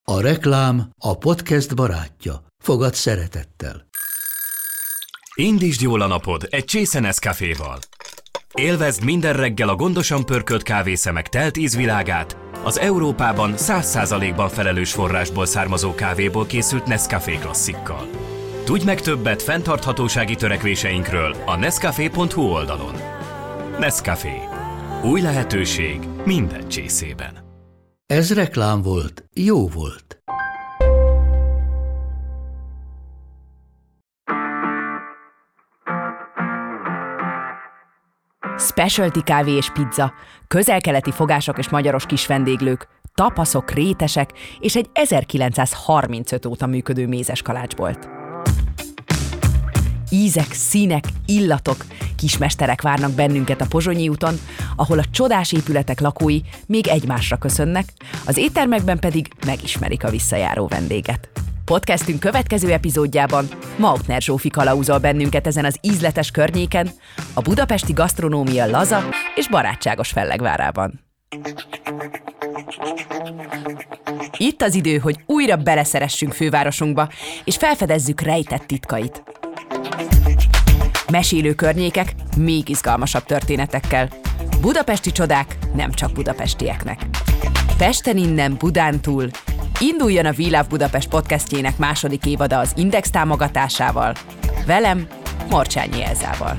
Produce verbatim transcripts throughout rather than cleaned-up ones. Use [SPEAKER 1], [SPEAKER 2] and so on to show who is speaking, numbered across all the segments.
[SPEAKER 1] A reklám a podcast barátja. Fogad szeretettel.
[SPEAKER 2] Indítsd jól a napod egy csésze Nescaféval. Élvezd minden reggel a gondosan pörkölt kávészemek telt ízvilágát, az Európában száz százalékban felelős forrásból származó kávéból készült Nescafé klasszikkal. Tudj meg többet fenntarthatósági törekvéseinkről a nescafé pont hu oldalon. Nescafé. Új lehetőség minden csészében.
[SPEAKER 1] Ez reklám volt, jó volt.
[SPEAKER 3] Specialty kávé és pizza, közel-keleti fogások és magyaros kisvendéglők, tapaszok, rétesek és egy ezerkilencszázharmincöt óta működő mézes kalácsbolt. Ízek, színek, illatok, kismesterek várnak bennünket a Pozsonyi úton, ahol a csodás épületek lakói még egymásra köszönnek, az éttermekben pedig megismerik a visszajáró vendéget. Podcastünk következő epizódjában Mautner Zsófi kalauzol bennünket ezen az ízletes környéken, a budapesti gasztronómia laza és barátságos fellegvárában. Itt az idő, hogy újra beleszeressünk fővárosunkba, és felfedezzük rejtett titkait. Mesélő környékek még izgalmasabb történetekkel. Budapesti csodák nem csak budapestieknek. Pesten innen, Budán túl. Induljon a We Love Budapest podcastjének második évada az Index támogatásával. Velem, Morcsányi Elzával.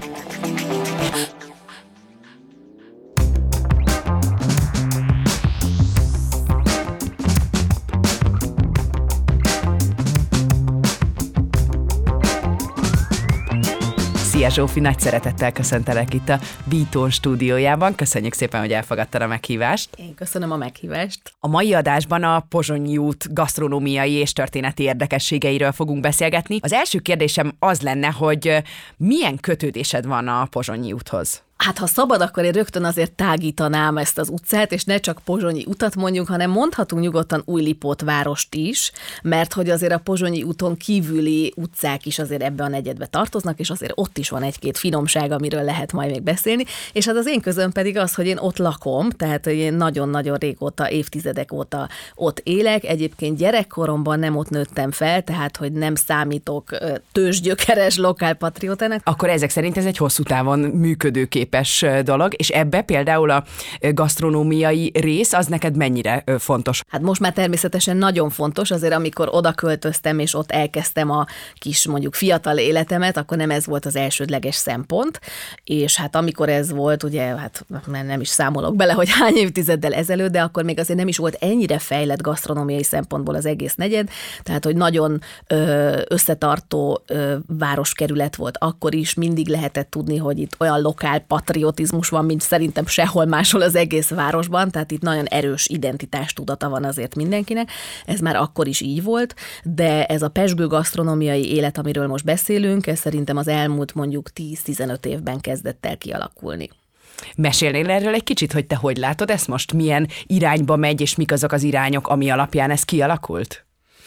[SPEAKER 3] Szia Zsófi, nagy szeretettel köszöntelek itt a Beaton stúdiójában. Köszönjük szépen, hogy elfogadtad a meghívást.
[SPEAKER 4] Én köszönöm a meghívást.
[SPEAKER 3] A mai adásban a Pozsonyi út gasztronómiai és történeti érdekességeiről fogunk beszélgetni. Az első kérdésem az lenne, hogy milyen kötődésed van a Pozsonyi úthoz?
[SPEAKER 4] Hát ha szabad, akkor én rögtön azért tágítanám ezt az utcát, és ne csak Pozsonyi utat mondjunk, hanem mondhatunk nyugodtan Újlipót várost is, mert hogy azért a Pozsonyi úton kívüli utcák is azért ebbe a negyedbe tartoznak, és azért ott is van egy-két finomság, amiről lehet majd még beszélni, és hát az én közöm pedig az, hogy én ott lakom, tehát én nagyon-nagyon régóta, évtizedek óta ott élek, egyébként gyerekkoromban nem ott nőttem fel, tehát hogy nem számítok tőzsgyökeres lokálpatriótának.
[SPEAKER 3] Akkor ezek szerint ez egy hosszú távon működőkép dolog, és ebbe például a gasztronómiai rész, az neked mennyire fontos?
[SPEAKER 4] Hát most már természetesen nagyon fontos, azért amikor oda költöztem, és ott elkezdtem a kis, mondjuk fiatal életemet, akkor nem ez volt az elsődleges szempont, és hát amikor ez volt, ugye, hát nem is számolok bele, hogy hány évtizeddel ezelőtt, de akkor még azért nem is volt ennyire fejlett gasztronómiai szempontból az egész negyed, tehát hogy nagyon ö, összetartó ö, városkerület volt akkor is, mindig lehetett tudni, hogy itt olyan lokál patriotizmus van, mint szerintem sehol máshol az egész városban, tehát itt nagyon erős identitástudata van azért mindenkinek. Ez már akkor is így volt, de ez a pezsgő gasztronómiai élet, amiről most beszélünk, ez szerintem az elmúlt mondjuk tíz-tizenöt évben kezdett el kialakulni.
[SPEAKER 3] Mesélnél erről egy kicsit, hogy te hogy látod ezt most? Milyen irányba megy, és mik azok az irányok, ami alapján ez kialakult?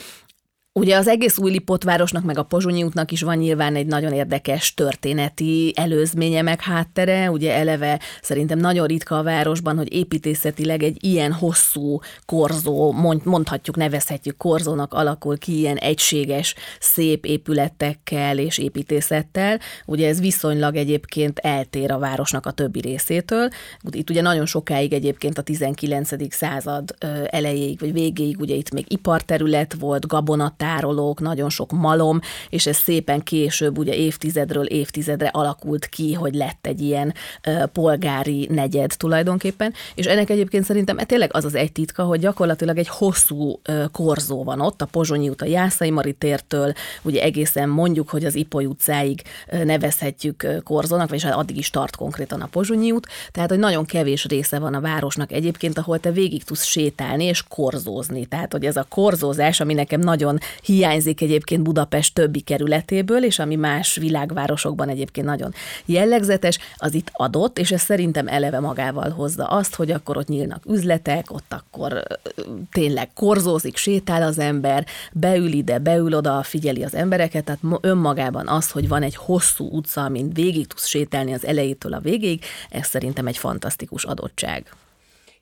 [SPEAKER 4] Ugye az egész Újlipót városnak, meg a Pozsonyi útnak is van nyilván egy nagyon érdekes történeti előzménye, meg háttere. Ugye eleve szerintem nagyon ritka a városban, hogy építészetileg egy ilyen hosszú korzó, mondhatjuk, nevezhetjük korzónak alakul ki, ilyen egységes, szép épületekkel és építészettel. Ugye ez viszonylag egyébként eltér a városnak a többi részétől. Itt ugye nagyon sokáig egyébként a tizenkilencedik század elejéig vagy végéig ugye itt még iparterület volt, gabonat tárolók, nagyon sok malom, és ez szépen később, ugye évtizedről évtizedre alakult ki, hogy lett egy ilyen uh, polgári negyed tulajdonképpen, és ennek egyébként szerintem tényleg az az egy titka, hogy gyakorlatilag egy hosszú uh, korzó van ott, a Pozsonyi út a Jászai Mari tértől, ugye egészen mondjuk, hogy az Ipoly utcáig uh, nevezhetjük uh, korzónak, vagyis hát addig is tart konkrétan a Pozsonyi út, tehát hogy nagyon kevés része van a városnak egyébként, ahol te végig tudsz sétálni és korzózni, tehát hogy ez a korzózás, ami nekem nagyon hiányzik egyébként Budapest többi kerületéből, és ami más világvárosokban egyébként nagyon jellegzetes, az itt adott, és ez szerintem eleve magával hozza azt, hogy akkor ott nyílnak üzletek, ott akkor tényleg korzózik, sétál az ember, beül ide, beül oda, figyeli az embereket, tehát önmagában az, hogy van egy hosszú utca, amin végig tudsz sétálni az elejétől a végéig, ez szerintem egy fantasztikus adottság.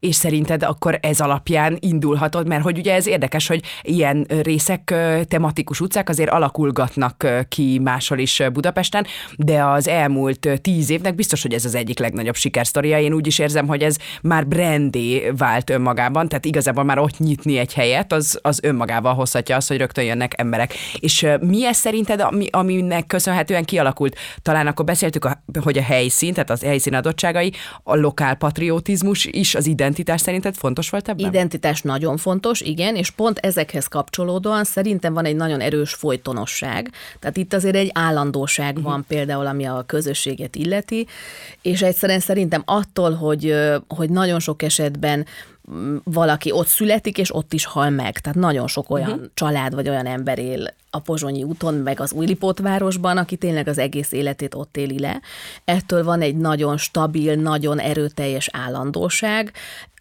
[SPEAKER 3] és szerinted akkor ez alapján indulhatod, mert hogy ugye ez érdekes, hogy ilyen részek, tematikus utcák azért alakulgatnak ki máshol is Budapesten, de az elmúlt tíz évnek biztos, hogy ez az egyik legnagyobb sikersztoria. Én úgy is érzem, hogy ez már brandé vált önmagában, tehát igazából már ott nyitni egy helyet, az, az önmagával hozhatja azt, hogy rögtön jönnek emberek. És mi ez szerinted, ami, aminek köszönhetően kialakult? Talán akkor beszéltük, hogy a helyszín, tehát az helyszín adottságai, a lokál patriotizmus is, az identitás szerinted fontos volt ebben?
[SPEAKER 4] Identitás nagyon fontos, igen, és pont ezekhez kapcsolódóan szerintem van egy nagyon erős folytonosság. Tehát itt azért egy állandóság uh-huh. van például, ami a közösséget illeti, és egyszerűen szerintem attól, hogy, hogy nagyon sok esetben valaki ott születik, és ott is hal meg. Tehát nagyon sok olyan uh-huh. család, vagy olyan ember él a Pozsonyi úton, meg az Újlipótvárosban, aki tényleg az egész életét ott éli le. Ettől van egy nagyon stabil, nagyon erőteljes állandóság,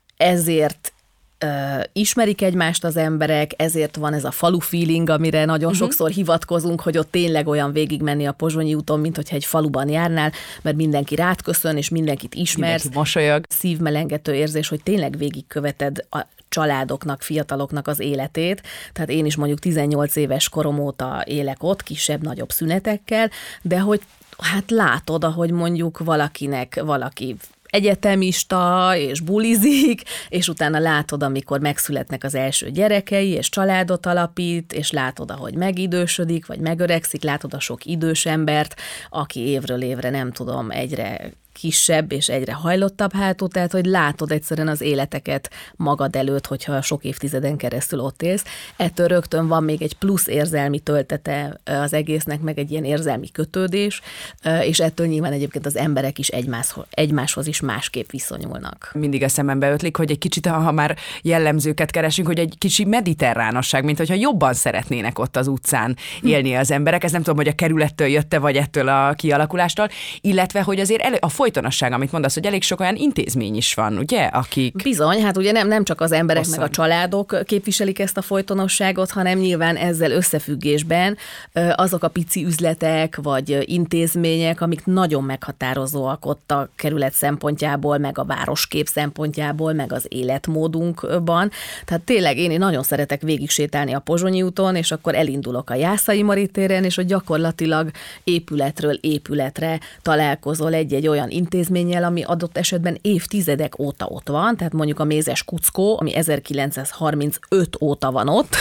[SPEAKER 4] ezért Uh, ismerik egymást az emberek, ezért van ez a falu feeling, amire nagyon uh-huh. sokszor hivatkozunk, hogy ott tényleg olyan végigmenni a Pozsonyi úton, mint hogyha egy faluban járnál, mert mindenki rád köszön, és mindenkit ismersz.
[SPEAKER 3] Mindenki mosolyog.
[SPEAKER 4] Szívmelengető érzés, hogy tényleg végigköveted a családoknak, fiataloknak az életét. Tehát én is mondjuk tizennyolc éves korom óta élek ott, kisebb-nagyobb szünetekkel, de hogy hát látod, ahogy mondjuk valakinek valaki egyetemista, és bulizik, és utána látod, amikor megszületnek az első gyerekei, és családot alapít, és látod, ahogy megidősödik, vagy megöregszik, látod a sok idős embert, aki évről évre, nem tudom, egyre kisebb és egyre hajlottabb hátul, tehát hogy látod egyszerűen az életeket magad előtt, hogyha sok évtizeden keresztül ott élsz. Ettől rögtön van még egy plusz érzelmi töltete az egésznek, meg egy ilyen érzelmi kötődés, és ettől nyilván egyébként az emberek is egymáshoz, egymáshoz is másképp viszonyulnak.
[SPEAKER 3] Mindig eszembe ötlik, hogy egy kicsit, ha már jellemzőket keresünk, hogy egy kicsi mediterránosság, mint hogyha jobban szeretnének ott az utcán élni az emberek. Ez nem tudom, hogy a kerülettől jött-e, vagy ettől a kialakulástól, illetve, hogy azért elő, a folytonosság, amit mondasz, hogy elég sok olyan intézmény is van, ugye, akik...
[SPEAKER 4] Bizony, hát ugye nem, nem csak az emberek Hosszan. meg a családok képviselik ezt a folytonosságot, hanem nyilván ezzel összefüggésben azok a pici üzletek, vagy intézmények, amik nagyon meghatározóak ott a kerület szempontjából, meg a városkép szempontjából, meg az életmódunkban. Tehát tényleg én, én nagyon szeretek végig sétálni a Pozsonyi úton, és akkor elindulok a Jászai Mari téren, és hogy gyakorlatilag épületről épületre találkozol egy-egy olyan intézménnyel, ami adott esetben évtizedek óta ott van, tehát mondjuk a Mézes Kuckó, ami ezerkilencszázharmincöt óta van ott,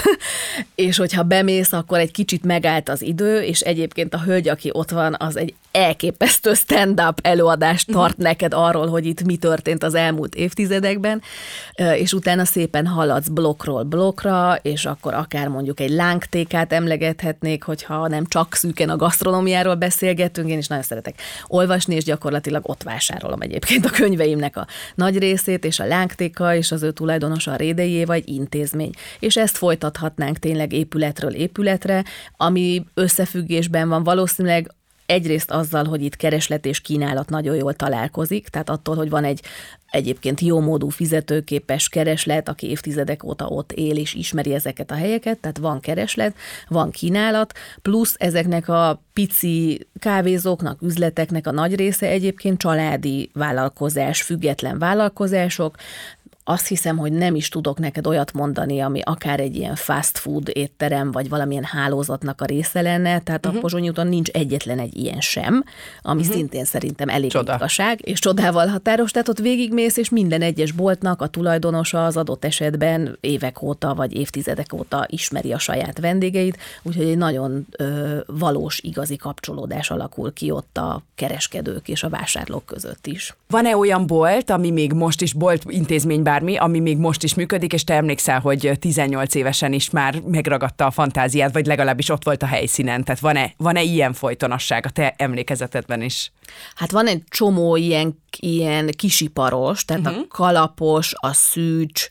[SPEAKER 4] és hogyha bemész, akkor egy kicsit megállt az idő, és egyébként a hölgy, aki ott van, az egy elképesztő stand-up előadást tart uh-huh. neked arról, hogy itt mi történt az elmúlt évtizedekben, és utána szépen haladsz blokkról blokkra, és akkor akár mondjuk egy lángtékát emlegethetnék, hogyha nem csak szűken a gasztronómiáról beszélgetünk, én is nagyon szeretek olvasni, és gyakorlatilag ott vásárolom egyébként a könyveimnek a nagy részét, és a lángtéka és az ő tulajdonosa a Rédeié vagy intézmény. És ezt folytathatnánk tényleg épületről épületre, ami összefüggésben van valószínűleg egyrészt azzal, hogy itt kereslet és kínálat nagyon jól találkozik, tehát attól, hogy van egy egyébként jómódú fizetőképes kereslet, aki évtizedek óta ott él és ismeri ezeket a helyeket, tehát van kereslet, van kínálat, plusz ezeknek a pici kávézóknak, üzleteknek a nagy része egyébként családi vállalkozás, független vállalkozások. Azt hiszem, hogy nem is tudok neked olyat mondani, ami akár egy ilyen fast food étterem, vagy valamilyen hálózatnak a része lenne, tehát uh-huh. a Pozsonyi úton nincs egyetlen egy ilyen sem, ami uh-huh. szintén szerintem elég ritkaság, és csodával határos, tehát ott végigmész, és minden egyes boltnak a tulajdonosa az adott esetben évek óta, vagy évtizedek óta ismeri a saját vendégeit, úgyhogy egy nagyon ö, valós, igazi kapcsolódás alakul ki ott a kereskedők és a vásárlók között is.
[SPEAKER 3] Van-e olyan bolt, ami még most is bolt intézmény bármi, ami még most is működik, és te emlékszel, hogy tizennyolc évesen is már megragadta a fantáziát, vagy legalábbis ott volt a helyszínen. Tehát van-e, van-e ilyen folytonosság a te emlékezetedben is?
[SPEAKER 4] Hát van egy csomó ilyen, ilyen kisiparos, tehát uh-huh. a Kalapos, a Szűcs,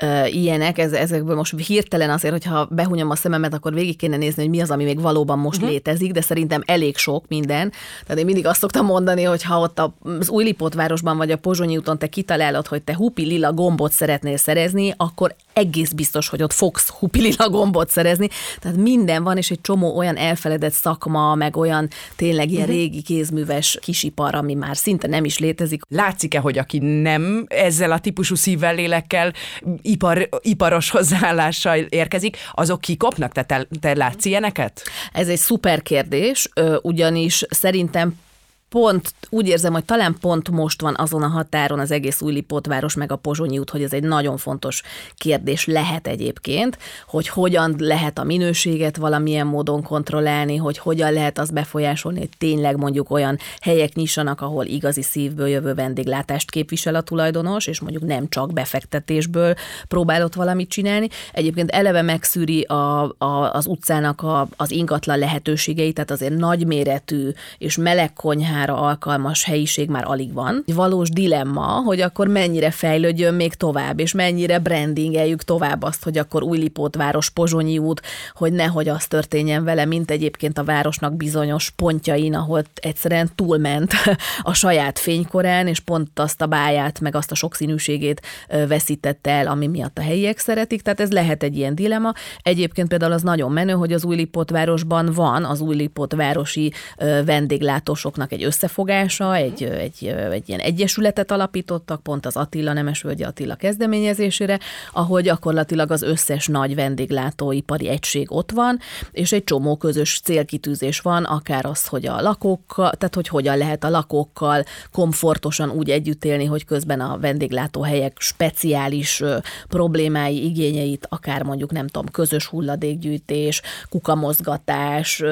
[SPEAKER 4] ilyenek, ez, ezekből most hirtelen azért, hogyha behunyom a szememet, akkor végig kéne nézni, hogy mi az, ami még valóban most uh-huh. létezik, de szerintem elég sok minden. Tehát én mindig azt szoktam mondani, hogy ha ott az Újlipótvárosban vagy a Pozsonyi úton te kitalálod, hogy te hupi lila gombot szeretnél szerezni, akkor egész biztos, hogy ott fogsz hupi lila gombot szerezni. Tehát minden van, és egy csomó olyan elfeledett szakma, meg olyan tényleg ilyen uh-huh. régi kézműves kisipar, ami már szinte nem is létezik.
[SPEAKER 3] Látszik-e, hogy aki nem ezzel a típusú szívvel, lélekkel, ipar, iparos hozzáállással érkezik, azok kikopnak? Te, te, te látsz ilyeneket?
[SPEAKER 4] Ez egy szuper kérdés, ugyanis szerintem pont úgy érzem, hogy talán pont most van azon a határon az egész Újlipótváros meg a Pozsonyi út, hogy ez egy nagyon fontos kérdés lehet egyébként, hogy hogyan lehet a minőséget valamilyen módon kontrollálni, hogy hogyan lehet azt befolyásolni, hogy tényleg mondjuk olyan helyek nyissanak, ahol igazi szívből jövő vendéglátást képvisel a tulajdonos, és mondjuk nem csak befektetésből próbálott valamit csinálni. Egyébként eleve megszűri a, a, az utcának a, az ingatlan lehetőségeit, tehát azért nagyméretű és meleg konyhá alkalmas helyiség már alig van. Egy valós dilemma, hogy akkor mennyire fejlődjön még tovább, és mennyire brandingeljük tovább azt, hogy akkor Újlipótváros, Pozsonyi út, hogy nehogy az történjen vele, mint egyébként a városnak bizonyos pontjain, ahol egyszerűen túlment a saját fénykorán, és pont azt a báját, meg azt a sokszínűségét veszítette el, ami miatt a helyiek szeretik, tehát ez lehet egy ilyen dilemma. Egyébként például az nagyon menő, hogy az Újlipótvárosban van az újlipótvárosi vendéglátósoknak egy összefogása, egy, egy, egy ilyen egyesületet alapítottak, pont az Attila Nemesvölgyi Attila kezdeményezésére, ahol gyakorlatilag az összes nagy vendéglátóipari egység ott van, és egy csomó közös célkitűzés van, akár az, hogy a lakókkal, tehát hogy hogyan lehet a lakókkal komfortosan úgy együtt élni, hogy közben a vendéglátóhelyek speciális problémái, igényeit, akár mondjuk nem tudom, közös hulladékgyűjtés, kukamozgatás,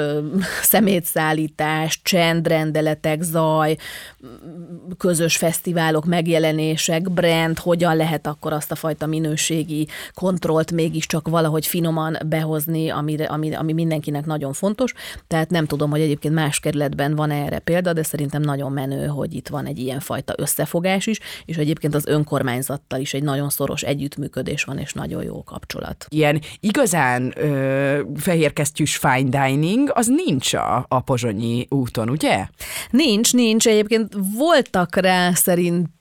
[SPEAKER 4] szemétszállítás, csendrendelet, zaj, közös fesztiválok, megjelenések, brand, hogyan lehet akkor azt a fajta minőségi kontrollt mégiscsak valahogy finoman behozni, ami, ami, ami mindenkinek nagyon fontos. Tehát nem tudom, hogy egyébként más kerületben van erre példa, de szerintem nagyon menő, hogy itt van egy ilyen fajta összefogás is, és egyébként az önkormányzattal is egy nagyon szoros együttműködés van, és nagyon jó kapcsolat. Ilyen
[SPEAKER 3] igazán ö, fehérkesztyűs fine dining, az nincs a, a Pozsonyi úton, ugye?
[SPEAKER 4] Nincs, nincs. Egyébként voltak rá szerint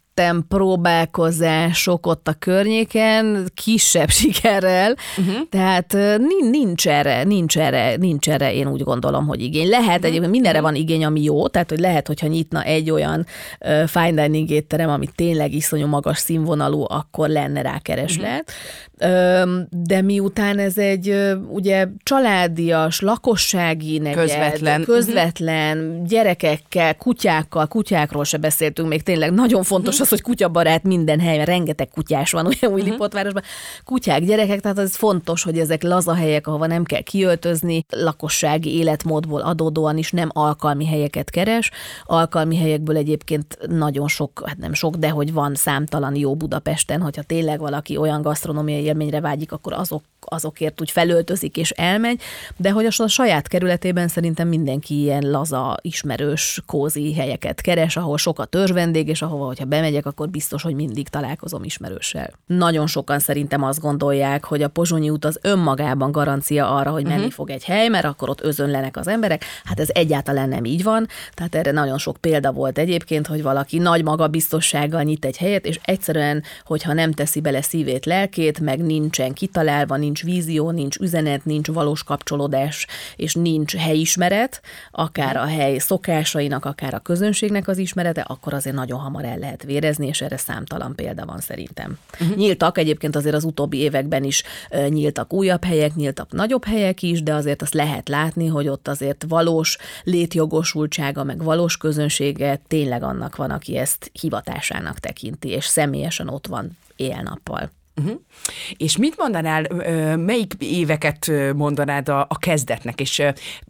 [SPEAKER 4] próbálkozások ott a környéken, kisebb sikerrel, uh-huh. tehát nincs erre, nincs erre, nincs erre, én úgy gondolom, hogy igény. Lehet, uh-huh. egyébként mindenre van igény, ami jó, tehát hogy lehet, hogyha nyitna egy olyan uh, fine dining étterem, ami tényleg iszonyú magas színvonalú, akkor lenne rá kereslet. Uh-huh. De miután ez egy ugye családias, lakossági negyed,
[SPEAKER 3] közvetlen,
[SPEAKER 4] közvetlen uh-huh. gyerekekkel, kutyákkal, kutyákról se beszéltünk, még tényleg nagyon fontos uh-huh. az, hogy kutyabarát minden helyen, rengeteg kutyás van ugye Újlipótvárosban. Kutyák, gyerekek, tehát ez fontos, hogy ezek laza helyek, ahova nem kell kiöltözni, lakossági életmódból adódóan is nem alkalmi helyeket keres. Alkalmi helyekből egyébként nagyon sok, hát nem sok, de hogy van számtalan jó Budapesten, hogyha tényleg valaki olyan gasztronómiai élményre vágyik, akkor azok, azokért úgy felöltözik és elmegy, de hogy a saját kerületében szerintem mindenki ilyen laza, ismerős, kózi helyeket keres, ahol sok a törzsvendég, és ahova, hogyha bemegyek, akkor biztos, hogy mindig találkozom ismerőssel. Nagyon sokan szerintem azt gondolják, hogy a Pozsonyi út az önmagában garancia arra, hogy menni uh-huh. fog egy hely, mert akkor ott özönlenek az emberek. Hát ez egyáltalán nem így van. Tehát erre nagyon sok példa volt egyébként, hogy valaki nagy magabiztossággal nyit egy helyet, és egyszerűen, hogyha nem teszi bele szívét, lelkét, meg nincsen kitalálva, nincs vízió, nincs üzenet, nincs valós kapcsolódás, és nincs helyismeret, akár a hely szokásainak, akár a közönségnek az ismerete, akkor azért nagyon hamar el lehet vérezni, és erre számtalan példa van szerintem. Uh-huh. Nyíltak egyébként azért az utóbbi években is uh, nyíltak újabb helyek, nyíltak nagyobb helyek is, de azért azt lehet látni, hogy ott azért valós létjogosultsága, meg valós közönsége tényleg annak van, aki ezt hivatásának tekinti, és személyesen ott van éjjel-nappal.
[SPEAKER 3] Uh-huh. És mit mondanál, melyik éveket mondanád a, a kezdetnek, és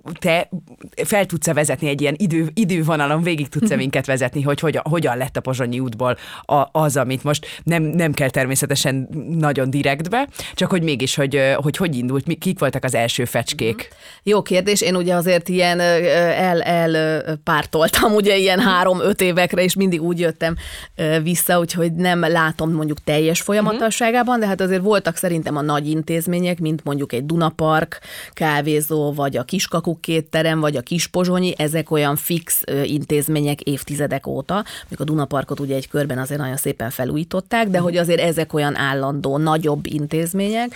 [SPEAKER 3] te fel tudsz-e vezetni egy ilyen idő, idővonalon, végig tudsz-e minket vezetni, hogy hogyan, hogyan lett a Pozsonyi útból az, amit most nem, nem kell természetesen nagyon direktbe, csak hogy mégis, hogy hogy, hogy indult, kik voltak az első fecskék?
[SPEAKER 4] Jó kérdés, én ugye azért ilyen el, elpártoltam, ugye ilyen három-öt évekre, és mindig úgy jöttem vissza, úgyhogy nem látom mondjuk teljes folyamatosságát, magasságában, de hát azért voltak szerintem a nagy intézmények, mint mondjuk egy Dunapark kávézó, vagy a Kiskakuk kétterem, vagy a Kispozsonyi, ezek olyan fix intézmények évtizedek óta. Mondjuk a Dunaparkot ugye egy körben azért nagyon szépen felújították, de hogy azért ezek olyan állandó, nagyobb intézmények.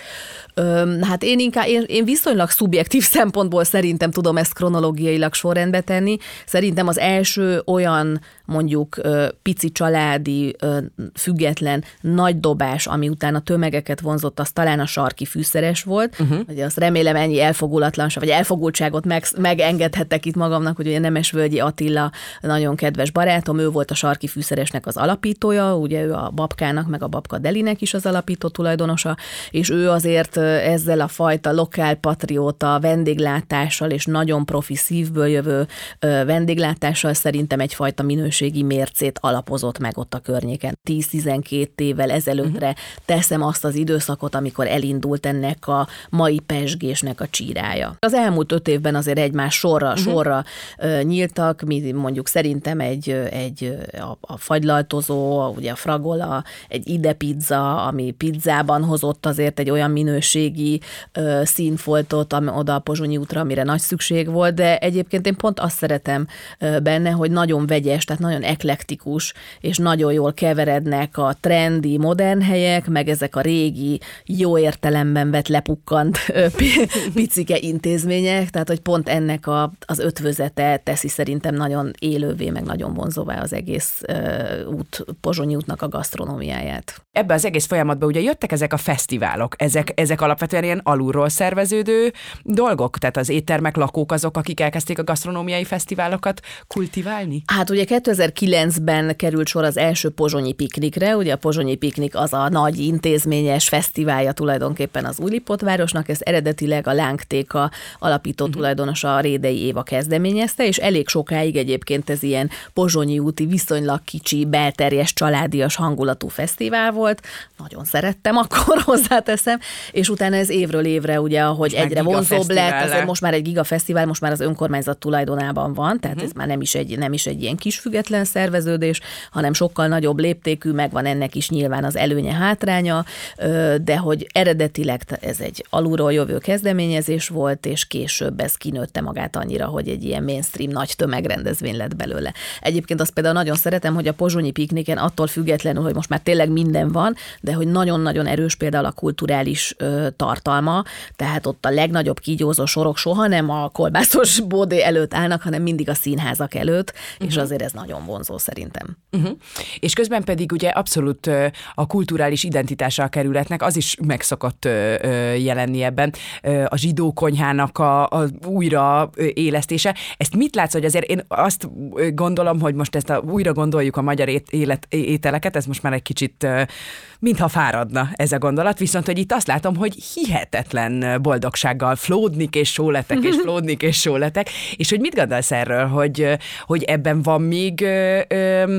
[SPEAKER 4] Hát én inkább, én, én viszonylag szubjektív szempontból szerintem tudom ezt kronológiailag sorrendbe tenni. Szerintem az első olyan mondjuk pici családi, független, nagy dobás, ami utána tömegeket vonzott, az talán a sarki fűszeres volt. Uh-huh. Ugye azt remélem ennyi elfogulatlanság, vagy elfogultságot meg, megengedhettek itt magamnak, hogy ugye Nemesvölgyi Attila nagyon kedves barátom, ő volt a sarki fűszeresnek az alapítója, ugye ő a Babkának, meg a Babka Delinek is az alapító tulajdonosa, és ő azért ezzel a fajta lokál patrióta vendéglátással és nagyon profi szívből jövő vendéglátással szerintem egyfajta minőségi mércét alapozott meg ott a környéken. tíz-tizenkét évvel ezelőttre uh-huh. teszem azt az időszakot, amikor elindult ennek a mai pezsgésnek a csírája. Az elmúlt öt évben azért egymás sorra, uh-huh. sorra uh, nyíltak, mi mondjuk szerintem egy, egy a, a fagylaltozó, ugye a Fragola, egy Ide pizza, ami pizzában hozott azért egy olyan minőségi uh, színfoltot am, oda a Pozsonyi útra, amire nagy szükség volt, de egyébként én pont azt szeretem uh, benne, hogy nagyon vegyes, tehát nagyon eklektikus, és nagyon jól keverednek a trendi, modern helyek, meg ezek a régi, jó értelemben vett lepukkant picike intézmények, tehát hogy pont ennek a, az ötvözete teszi szerintem nagyon élővé, meg nagyon vonzóvá az egész uh, út, Pozsonyi útnak a gasztronómiáját.
[SPEAKER 3] Ebben az egész folyamatban ugye jöttek ezek a fesztiválok, ezek, ezek alapvetően ilyen alulról szerveződő dolgok, tehát az éttermek, lakók azok, akik elkezdték a gasztronómiai fesztiválokat kultiválni? Hát ugye
[SPEAKER 4] kétezer-kilencben került sor az első pozsonyi piknikre, ugye a pozsonyi piknik az a nagy intézményes fesztiválja tulajdonképpen az Újlipótvárosnak, ez eredetileg a Lángtéka alapító uh-huh. tulajdonosa, a Rédei Éva kezdeményezte, és elég sokáig egyébként ez ilyen pozsonyi úti, viszonylag kicsi, belterjes, családias hangulatú fesztivál volt. Nagyon szerettem, akkor hozzáteszem, és utána ez évről évre, ugye, ahogy most egyre vonzóbb lett, azért most már egy gigafesztivál, most már az önkormányzat tulajdonában van, tehát uh-huh. ez már nem is egy, nem is egy ilyen kis független szerveződés, hanem sokkal nagyobb léptékű, megvan ennek is nyilván az előnye, hátránya, de hogy eredetileg ez egy alulról jövő kezdeményezés volt, és később ez kinőtte magát annyira, hogy egy ilyen mainstream nagy tömegrendezvény lett belőle. Egyébként azt például nagyon szeretem, hogy a pozsonyi pikniken attól függetlenül, hogy most már tényleg minden van, de hogy nagyon-nagyon erős például a kulturális ö, tartalma, tehát ott a legnagyobb kígyózó sorok soha nem a kolbászos bódé előtt állnak, hanem mindig a színházak előtt, uh-huh. és azért ez nagyon vonzó szerintem.
[SPEAKER 3] Uh-huh. És közben pedig ugye abszolút ö, a kulturális identitása a kerületnek az is meg szokott ö, ö, jelenni ebben, ö, a zsidó konyhának a, a újra élesztése. Ezt mit látsz, hogy azért én azt gondolom, hogy most ezt a, újra gondoljuk a magyar ét, élet, ételeket, ez most már egy kicsit ö, mintha fáradna ez a gondolat, viszont hogy itt azt látom, hogy hihetetlen boldogsággal flódnik és sóletek, és flódnik és sóletek, és hogy mit gondolsz erről, hogy, hogy ebben van még ö, ö,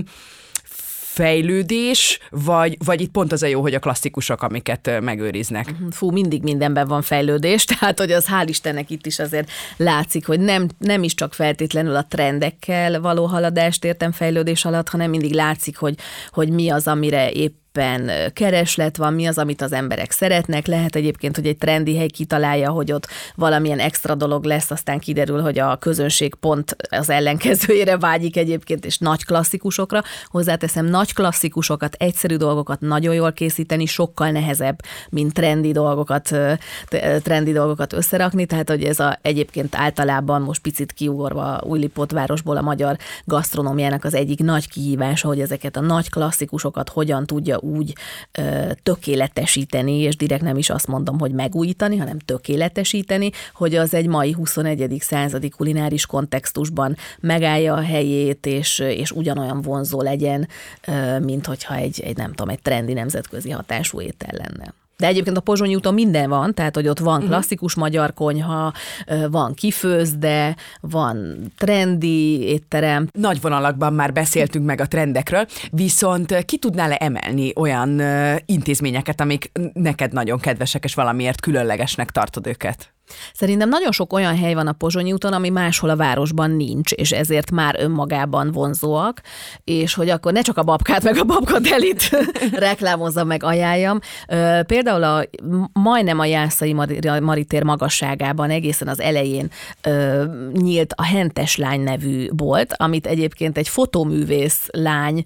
[SPEAKER 3] fejlődés, vagy, vagy itt pont az a jó, hogy a klasszikusok, amiket megőriznek.
[SPEAKER 4] Fú, mindig mindenben van fejlődés, tehát hogy az hál' Istennek itt is azért látszik, hogy nem, nem is csak feltétlenül a trendekkel való haladást értem fejlődés alatt, hanem mindig látszik, hogy, hogy mi az, amire épp kereslet van, mi az, amit az emberek szeretnek. Lehet egyébként, hogy egy trendi hely kitalálja, hogy ott valamilyen extra dolog lesz, aztán kiderül, hogy a közönség pont az ellenkezőjére vágyik egyébként, és nagy klasszikusokra. Hozzáteszem, nagy klasszikusokat, egyszerű dolgokat nagyon jól készíteni, sokkal nehezebb, mint trendi dolgokat, trendi dolgokat összerakni, tehát hogy ez a, egyébként általában most picit kiugorva Újlipótvárosból a magyar gasztronómiának az egyik nagy kihívása, hogy ezeket a nagy klasszikusokat hogyan tudja úgy ö, tökéletesíteni, és direkt nem is azt mondom, hogy megújítani, hanem tökéletesíteni, hogy az egy mai huszonegyedik századi kulináris kontextusban megállja a helyét, és, és ugyanolyan vonzó legyen, ö, mint hogyha egy, egy, nem tudom, egy trendi nemzetközi hatású étel lenne. De egyébként a Pozsonyi úton minden van, tehát hogy ott van klasszikus magyar konyha, van kifőzde, van trendi étterem.
[SPEAKER 3] Nagy vonalakban már beszéltünk meg a trendekről, viszont ki tudnál-e emelni olyan intézményeket, amik neked nagyon kedvesek, és valamiért különlegesnek tartod őket?
[SPEAKER 4] Szerintem nagyon sok olyan hely van a Pozsonyi úton, ami máshol a városban nincs, és ezért már önmagában vonzóak, és hogy akkor ne csak a babkát meg a babkadelit reklámozza meg, ajánljam. Például a, majdnem a Jászai Maritér magasságában egészen az elején nyílt a Hentes lány nevű bolt, amit egyébként egy fotóművész lány,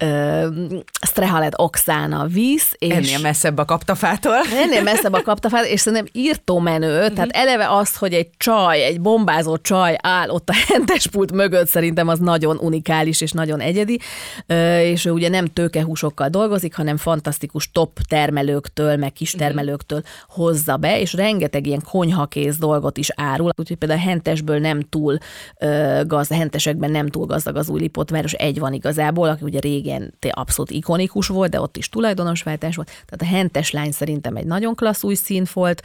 [SPEAKER 4] Strehalet Oksana visz. És
[SPEAKER 3] ennél messzebb a kaptafától.
[SPEAKER 4] Ennél messzebb a kaptafától, és szerintem írtó menő, uh-huh. tehát eleve az, hogy egy csaj, egy bombázó csaj áll ott a hentes pult mögött, szerintem az nagyon unikális és nagyon egyedi, és ő ugye nem tőkehúsokkal dolgozik, hanem fantasztikus top termelőktől, meg kis termelőktől hozza be, és rengeteg ilyen konyhakész dolgot is árul, úgyhogy például a hentesből nem túl gazdag, hentesekben nem túl gazdag az Újlipótváros, egy van igazából, aki ugye régen abszolút ikonikus volt, de ott is tulajdonosváltás volt, tehát a hentes lány szerintem egy nagyon klassz új szín volt.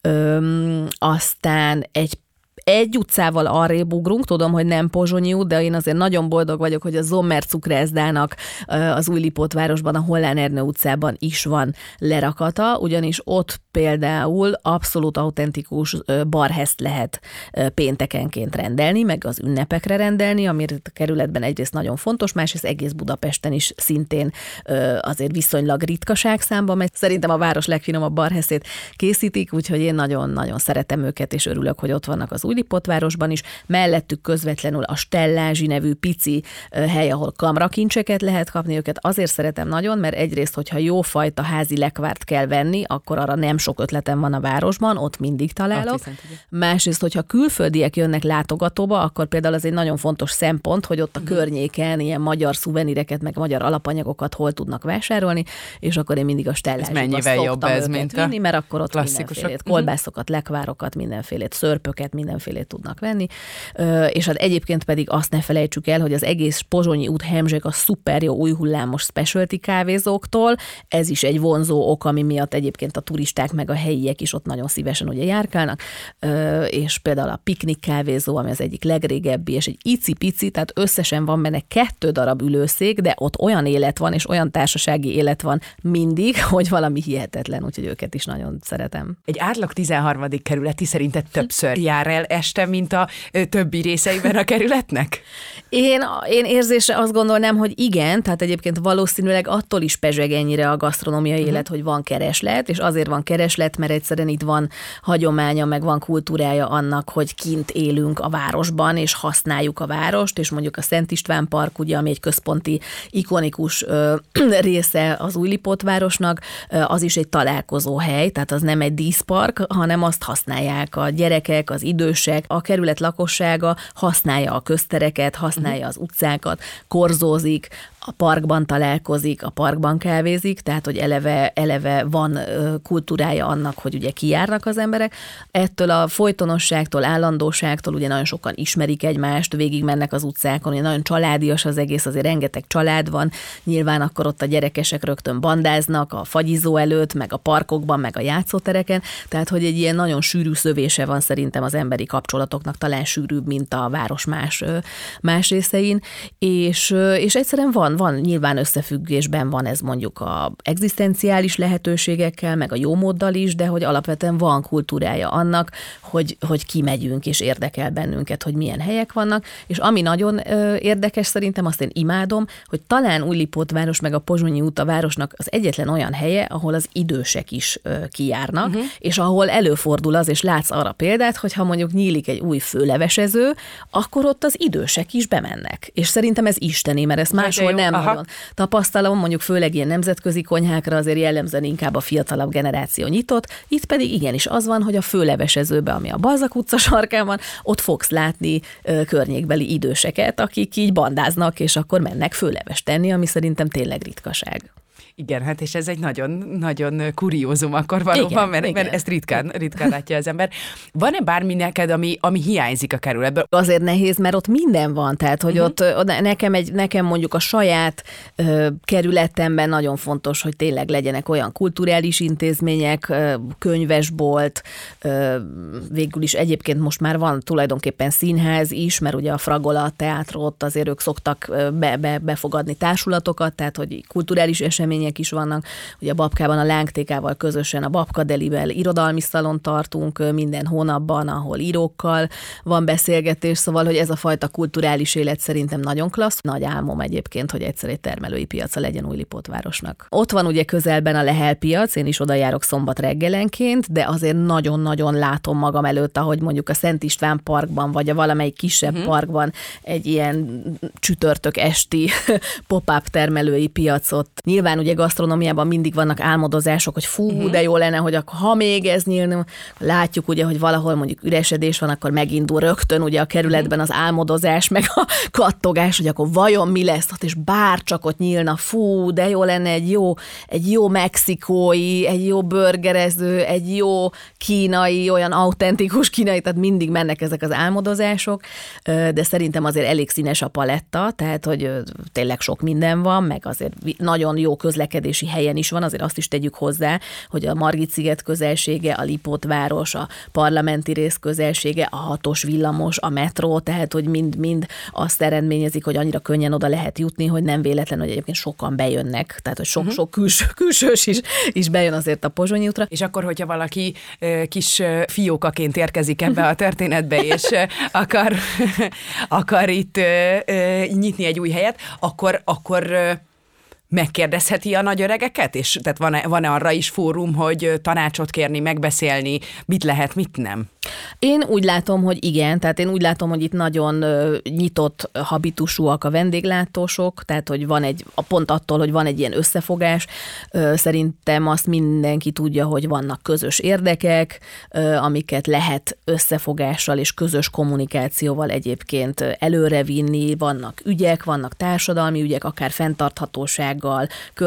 [SPEAKER 4] Öm, aztán egy Egy utcával arrébb ugrunk, tudom, hogy nem Pozsonyi út, de én azért nagyon boldog vagyok, hogy a Zommer cukrászdának az Újlipótvárosban, a Hollán Ernő utcában is van lerakata, ugyanis ott például abszolút autentikus barheszt lehet péntekenként rendelni, meg az ünnepekre rendelni, ami a kerületben egyrészt nagyon fontos, másrészt egész Budapesten is szintén azért viszonylag ritkaság számba megy. Szerintem a város legfinomabb barheszét készítik, úgyhogy én nagyon-nagyon szeretem őket, és örülök, hogy ott vannak az Újlipótvárosban is, mellettük közvetlenül a Stellázsi nevű pici hely, ahol kamrakincseket lehet kapni, őket azért szeretem nagyon, mert egyrészt, hogyha jófajta házi lekvárt kell venni, akkor arra nem sok ötletem van a városban, ott mindig találok. Viszont, Másrészt, hogyha külföldiek jönnek látogatóba, akkor például az egy nagyon fontos szempont, hogy ott a uh-huh. környéken ilyen magyar szuvenireket, meg magyar alapanyagokat hol tudnak vásárolni, és akkor én mindig a Stellázsiba szoktam ez, őket vinni, mert akkor ott mindenfélét, kolbászokat, lekvárokat, mindenfélét, szörpöket, mindenfélét tudnak venni. És hát egyébként pedig azt ne felejtsük el, hogy az egész Pozsonyi út hemzseg a szuper jó új hullámos specialty kávézóktól. Ez is egy vonzó ok, ami miatt egyébként a turisták meg a helyiek is ott nagyon szívesen ugye járkálnak. És például a Piknik kávézó, ami az egyik legrégebbi, és egy icipici, tehát összesen van benne kettő darab ülőszék, de ott olyan élet van, és olyan társasági élet van mindig, hogy valami hihetetlen, úgyhogy őket is nagyon szeretem.
[SPEAKER 3] Egy átlag tizenharmadik kerületi szerinted többször jár el este, mint a többi részeiben a kerületnek?
[SPEAKER 4] Én, én érzésre azt gondolnám, hogy igen, tehát egyébként valószínűleg attól is pezseg ennyire a gasztronómiai uh-huh. élet, hogy van kereslet, és azért van kereslet, mert egyszerűen itt van hagyománya, meg van kultúrája annak, hogy kint élünk a városban, és használjuk a várost, és mondjuk a Szent István Park, ugye, ami egy központi, ikonikus ö, része az Újlipótvárosnak, ö, az is egy találkozó hely, tehát az nem egy díszpark, hanem azt használják a gyerekek, az idősek, a kerület lakossága használja a köztereket, használja az utcákat, korzózik, a parkban találkozik, a parkban kávézik, tehát hogy eleve, eleve van kultúrája annak, hogy ugye kijárnak az emberek. Ettől a folytonosságtól, állandóságtól ugye nagyon sokan ismerik egymást, végig mennek az utcákon, ugye nagyon családias az egész, azért rengeteg család van, nyilván akkor ott a gyerekesek rögtön bandáznak a fagyizó előtt, meg a parkokban, meg a játszótereken, tehát hogy egy ilyen nagyon sűrű szövése van szerintem az emberi kapcsolatoknak, talán sűrűbb, mint a város más, más részein, és, és egyszerűen van Van, nyilván összefüggésben van ez mondjuk a egzisztenciális lehetőségekkel, meg a jómóddal is, de hogy alapvetően van kultúrája annak, hogy, hogy kimegyünk és érdekel bennünket, hogy milyen helyek vannak, és ami nagyon ö, érdekes szerintem, azt én imádom, hogy talán Újlipótváros meg a Pozsonyi út a városnak az egyetlen olyan helye, ahol az idősek is ö, kijárnak, uh-huh. és ahol előfordul az, és látsz arra példát, hogy ha mondjuk nyílik egy új főlevesező, akkor ott az idősek is bemennek. És szerintem ez isteni, mert ezt máshol nem Aha. nagyon tapasztalom, mondjuk főleg ilyen nemzetközi konyhákra azért jellemzően inkább a fiatalabb generáció nyitott, itt pedig igenis az van, hogy a főlevesezőbe, ami a Balzak utca sarkán van, ott fogsz látni ö, környékbeli időseket, akik így bandáznak, és akkor mennek főleves tenni, ami szerintem tényleg ritkaság.
[SPEAKER 3] Igen, hát és ez egy nagyon, nagyon kuriózum akkor valóban, igen, mert, igen. mert ezt ritkán, ritkán látja az ember. Van-e bármi neked, ami, ami hiányzik a kerületből?
[SPEAKER 4] Azért nehéz, mert ott minden van, tehát hogy uh-huh. ott nekem, egy, nekem mondjuk a saját ö, kerületemben nagyon fontos, hogy tényleg legyenek olyan kulturális intézmények, ö, könyvesbolt, ö, végül is egyébként most már van tulajdonképpen színház is, mert ugye a Fragola teátrót azért ők szoktak be, be, befogadni társulatokat, tehát hogy kulturális események rendezvények is vannak. Ugye a Babkában a Lángtékával közösen a Babka Delivel irodalmi szalon tartunk minden hónapban, ahol írókkal van beszélgetés, szóval, hogy ez a fajta kulturális élet szerintem nagyon klassz. Nagy álmom egyébként, hogy egyszer egy termelői piaca legyen Újlipótvárosnak. Ott van ugye közelben a Lehel piac, én is oda járok szombat reggelenként, de azért nagyon-nagyon látom magam előtt, ahogy mondjuk a Szent István parkban, vagy a valamelyik kisebb uh-huh. parkban egy ilyen csütörtök esti pop-up termelői piacot. Nyilván ugye gasztronómiában mindig vannak álmodozások, hogy fú, uh-huh. de jó lenne, hogy akkor, ha még ez nyílna, látjuk ugye, hogy valahol mondjuk üresedés van, akkor megindul rögtön ugye a kerületben az álmodozás, meg a kattogás, hogy akkor vajon mi lesz ott, és bárcsak ott nyílna, fú, de jó lenne egy jó, egy jó mexikói, egy jó burgerező, egy jó kínai, olyan autentikus kínai, tehát mindig mennek ezek az álmodozások, de szerintem azért elég színes a paletta, tehát, hogy tényleg sok minden van, meg azért nagyon jó közlekedési helyen is van, azért azt is tegyük hozzá, hogy a Margit-sziget közelsége, a Lipótváros, a parlamenti rész közelsége, a hatos villamos, a metró, tehát, hogy mind-mind azt eredményezik, hogy annyira könnyen oda lehet jutni, hogy nem véletlen, hogy egyébként sokan bejönnek, tehát, hogy sok-sok uh-huh. külső, külsős is, is bejön azért a Pozsonyi útra.
[SPEAKER 3] És akkor, hogyha valaki kis fiókaként érkezik ebbe a történetbe, és akar, akar itt nyitni egy új helyet, akkor, akkor megkérdezheti a nagyöregeket? És tehát van-e, van-e arra is fórum, hogy tanácsot kérni, megbeszélni, mit lehet, mit nem?
[SPEAKER 4] Én úgy látom, hogy igen, tehát én úgy látom, hogy itt nagyon nyitott habitusúak a vendéglátósok, tehát hogy van egy, a pont attól, hogy van egy ilyen összefogás, szerintem azt mindenki tudja, hogy vannak közös érdekek, amiket lehet összefogással és közös kommunikációval egyébként előrevinni, vannak ügyek, vannak társadalmi ügyek, akár fenntarthatósággal,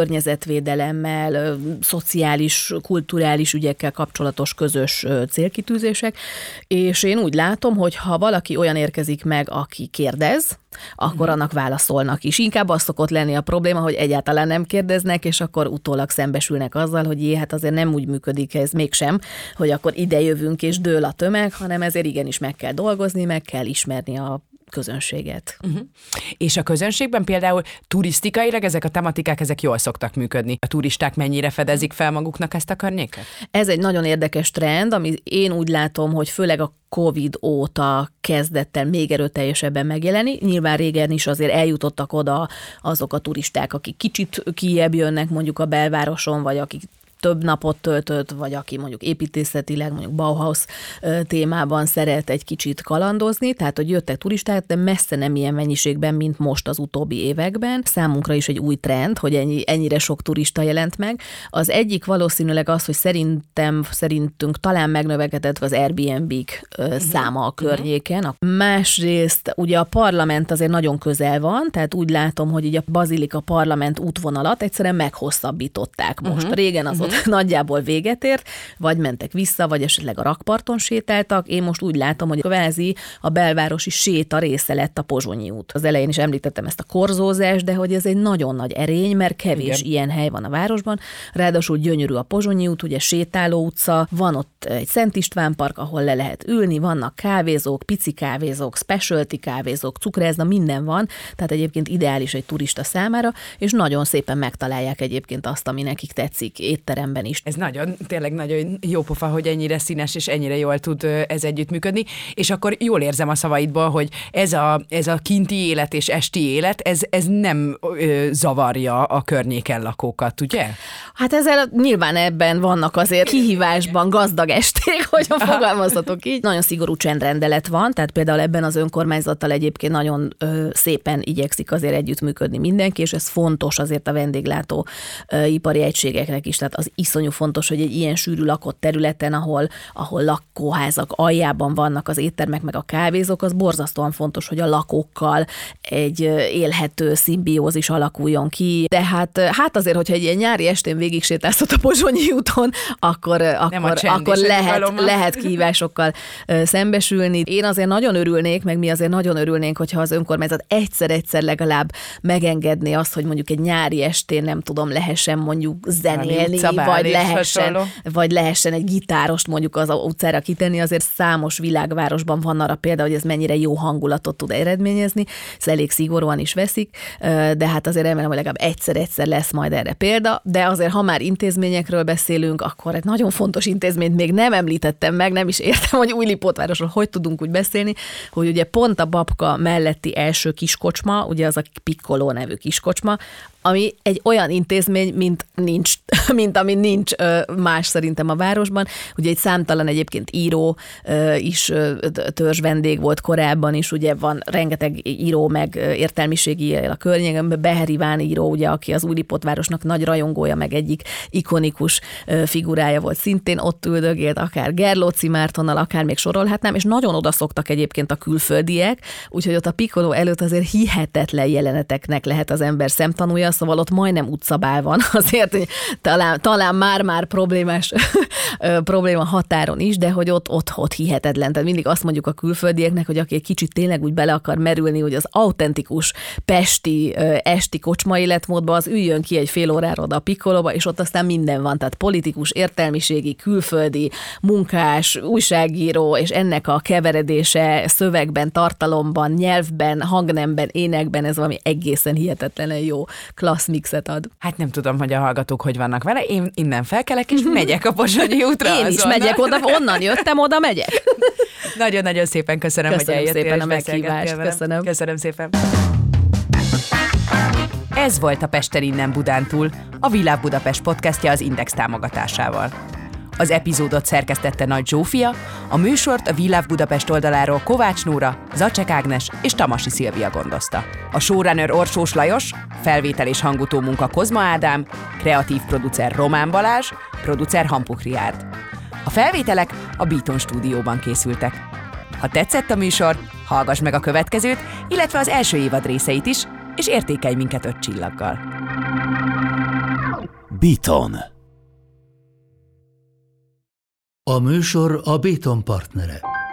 [SPEAKER 4] környezetvédelemmel, szociális, kulturális ügyekkel kapcsolatos közös célkitűzések, és én úgy látom, hogy ha valaki olyan érkezik meg, aki kérdez, akkor annak válaszolnak is. Inkább az szokott lenni a probléma, hogy egyáltalán nem kérdeznek, és akkor utólag szembesülnek azzal, hogy jé, hát azért nem úgy működik ez mégsem, hogy akkor ide jövünk és dől a tömeg, hanem ezért igenis meg kell dolgozni, meg kell ismerni a közönséget.
[SPEAKER 3] Uh-huh. És a közönségben például turisztikailag ezek a tematikák, ezek jól szoktak működni. A turisták mennyire fedezik fel maguknak ezt a környéket?
[SPEAKER 4] Ez egy nagyon érdekes trend, ami én úgy látom, hogy főleg a Covid óta kezdett el még erőteljesebben megjelenni. Nyilván régen is azért eljutottak oda azok a turisták, akik kicsit kijebb jönnek mondjuk a belvároson, vagy akik több napot töltött, vagy aki mondjuk építészetileg, mondjuk Bauhaus témában szeret egy kicsit kalandozni, tehát hogy jöttek turisták, de messze nem ilyen mennyiségben, mint most az utóbbi években. Számunkra is egy új trend, hogy ennyi, ennyire sok turista jelent meg. Az egyik valószínűleg az, hogy szerintem, szerintünk talán megnövekedett az Airbnb-k uh-huh. száma a környéken. Uh-huh. Másrészt ugye a parlament azért nagyon közel van, tehát úgy látom, hogy így a Bazilika parlament útvonalat egyszerűen meghosszabbították most. Uh-huh. Régen az uh-huh. ott nagyjából véget ért, vagy mentek vissza, vagy esetleg a rakparton sétáltak. Én most úgy látom, hogy kvázi a belvárosi séta része lett a Pozsonyi út. Az elején is említettem ezt a korzózást, de hogy ez egy nagyon nagy erény, mert kevés igen. ilyen hely van a városban. Ráadásul gyönyörű a Pozsonyi út, ugye sétáló utca, van ott egy Szent István park, ahol le lehet ülni, vannak kávézók, pici kávézók, specialty kávézók, cukrászda, minden van, tehát egyébként ideális egy turista számára, és nagyon szépen megtalálják egyébként azt, ami nekik tetszik étteremben is.
[SPEAKER 3] Ez nagyon, tényleg nagyon jó pofa, hogy ennyire színes és ennyire jól tud ez együttműködni, és akkor jól érzem a szavaidból, hogy ez a, ez a kinti élet és esti élet, ez, ez nem ö, zavarja a környéken lakókat, ugye?
[SPEAKER 4] Hát ezzel nyilván ebben vannak azért kihívásban gazdag esték, hogy fogalmazhatok így. Nagyon szigorú csendrendelet van, tehát például ebben az önkormányzattal egyébként nagyon ö, szépen igyekszik azért együttműködni mindenki, és ez fontos azért a vendéglátó ö, ipari egységeknek is, tehát az iszonyú fontos, hogy egy ilyen sűrű lakott területen, ahol, ahol lakóházak aljában vannak az éttermek, meg a kávézók, az borzasztóan fontos, hogy a lakókkal egy élhető szimbiózis alakuljon ki. De hát, hát azért, hogyha egy ilyen nyári estén végig sétálsz a Pozsonyi úton, akkor, akkor, akkor lehet, lehet kihívásokkal szembesülni. Én azért nagyon örülnék, meg mi azért nagyon örülnénk, hogyha az önkormányzat egyszer-egyszer legalább megengedné azt, hogy mondjuk egy nyári estén nem tudom, lehessen mondjuk zenélni, vagy lehessen, vagy lehessen egy gitárost mondjuk az utcára kitenni, azért számos világvárosban van arra példa, hogy ez mennyire jó hangulatot tud eredményezni, ez elég szigorúan is veszik, de hát azért remélem, hogy legalább egyszer-egyszer lesz majd erre példa, de azért, ha már intézményekről beszélünk, akkor egy nagyon fontos intézményt még nem említettem meg, nem is értem, hogy Újlipótvárosról hogy tudunk úgy beszélni, hogy ugye pont a Babka melletti első kiskocsma, ugye az a Piccolo nevű kiskocsma, ami egy olyan intézmény, mint nincs, mint ami nincs más szerintem a városban. Ugye egy számtalan egyébként író is törzs vendég volt korábban is, ugye van rengeteg író meg értelmiségi a környéken, Beher Iván író, ugye, aki az Újlipótvárosnak nagy rajongója, meg egyik ikonikus figurája volt, szintén ott üldögélt, akár Gerlóci Mártonnal, akár még sorolhatnám, és nagyon odaszoktak egyébként a külföldiek, úgyhogy ott a Piccolo előtt azért hihetetlen jeleneteknek lehet az ember szemtanúja, szóval ott majdnem utcabál van, azért, hogy talán, talán már-már problémás probléma határon is, de hogy ott, ott, ott hihetetlen. Tehát mindig azt mondjuk a külföldieknek, hogy aki egy kicsit tényleg úgy bele akar merülni, hogy az autentikus pesti, esti kocsma életmódba, az üljön ki egy fél órára oda a Piccolóba, és ott aztán minden van. Tehát politikus, értelmiségi, külföldi, munkás, újságíró, és ennek a keveredése szövegben, tartalomban, nyelvben, hangnemben, énekben, ez valami egészen hihetetlenül jó klassz mixet ad.
[SPEAKER 3] Hát nem tudom, hogy a hallgatók hogy vannak vele. Én innen felkelek, és megyek a Pozsonyi útra.
[SPEAKER 4] Én is azonnal. Megyek oda, onnan jöttem, oda megyek.
[SPEAKER 3] Nagyon-nagyon szépen köszönöm,
[SPEAKER 4] köszönöm
[SPEAKER 3] hogy eljöttél.
[SPEAKER 4] Szépen a meghívást. Köszönöm.
[SPEAKER 3] Köszönöm szépen. Ez volt a Pester innen Budántúl, a Világ Budapest podcastja az Index támogatásával. Az epizódot szerkesztette Nagy Zsófia, a műsort a Világ Budapest oldaláról Kovács Nóra, Zacsek Ágnes és Tamasi Szilvia gondozta. A showrunner Orsós Lajos, felvétel és hangutó munka Kozma Ádám, kreatív producer Román Balázs, producer Hampuk Riárd. A felvételek a Beaton stúdióban készültek. Ha tetszett a műsor, hallgass meg a következőt, illetve az első évad részeit is, és értékelj minket öt csillaggal.
[SPEAKER 1] Beaton. A műsor a Beaton partnere.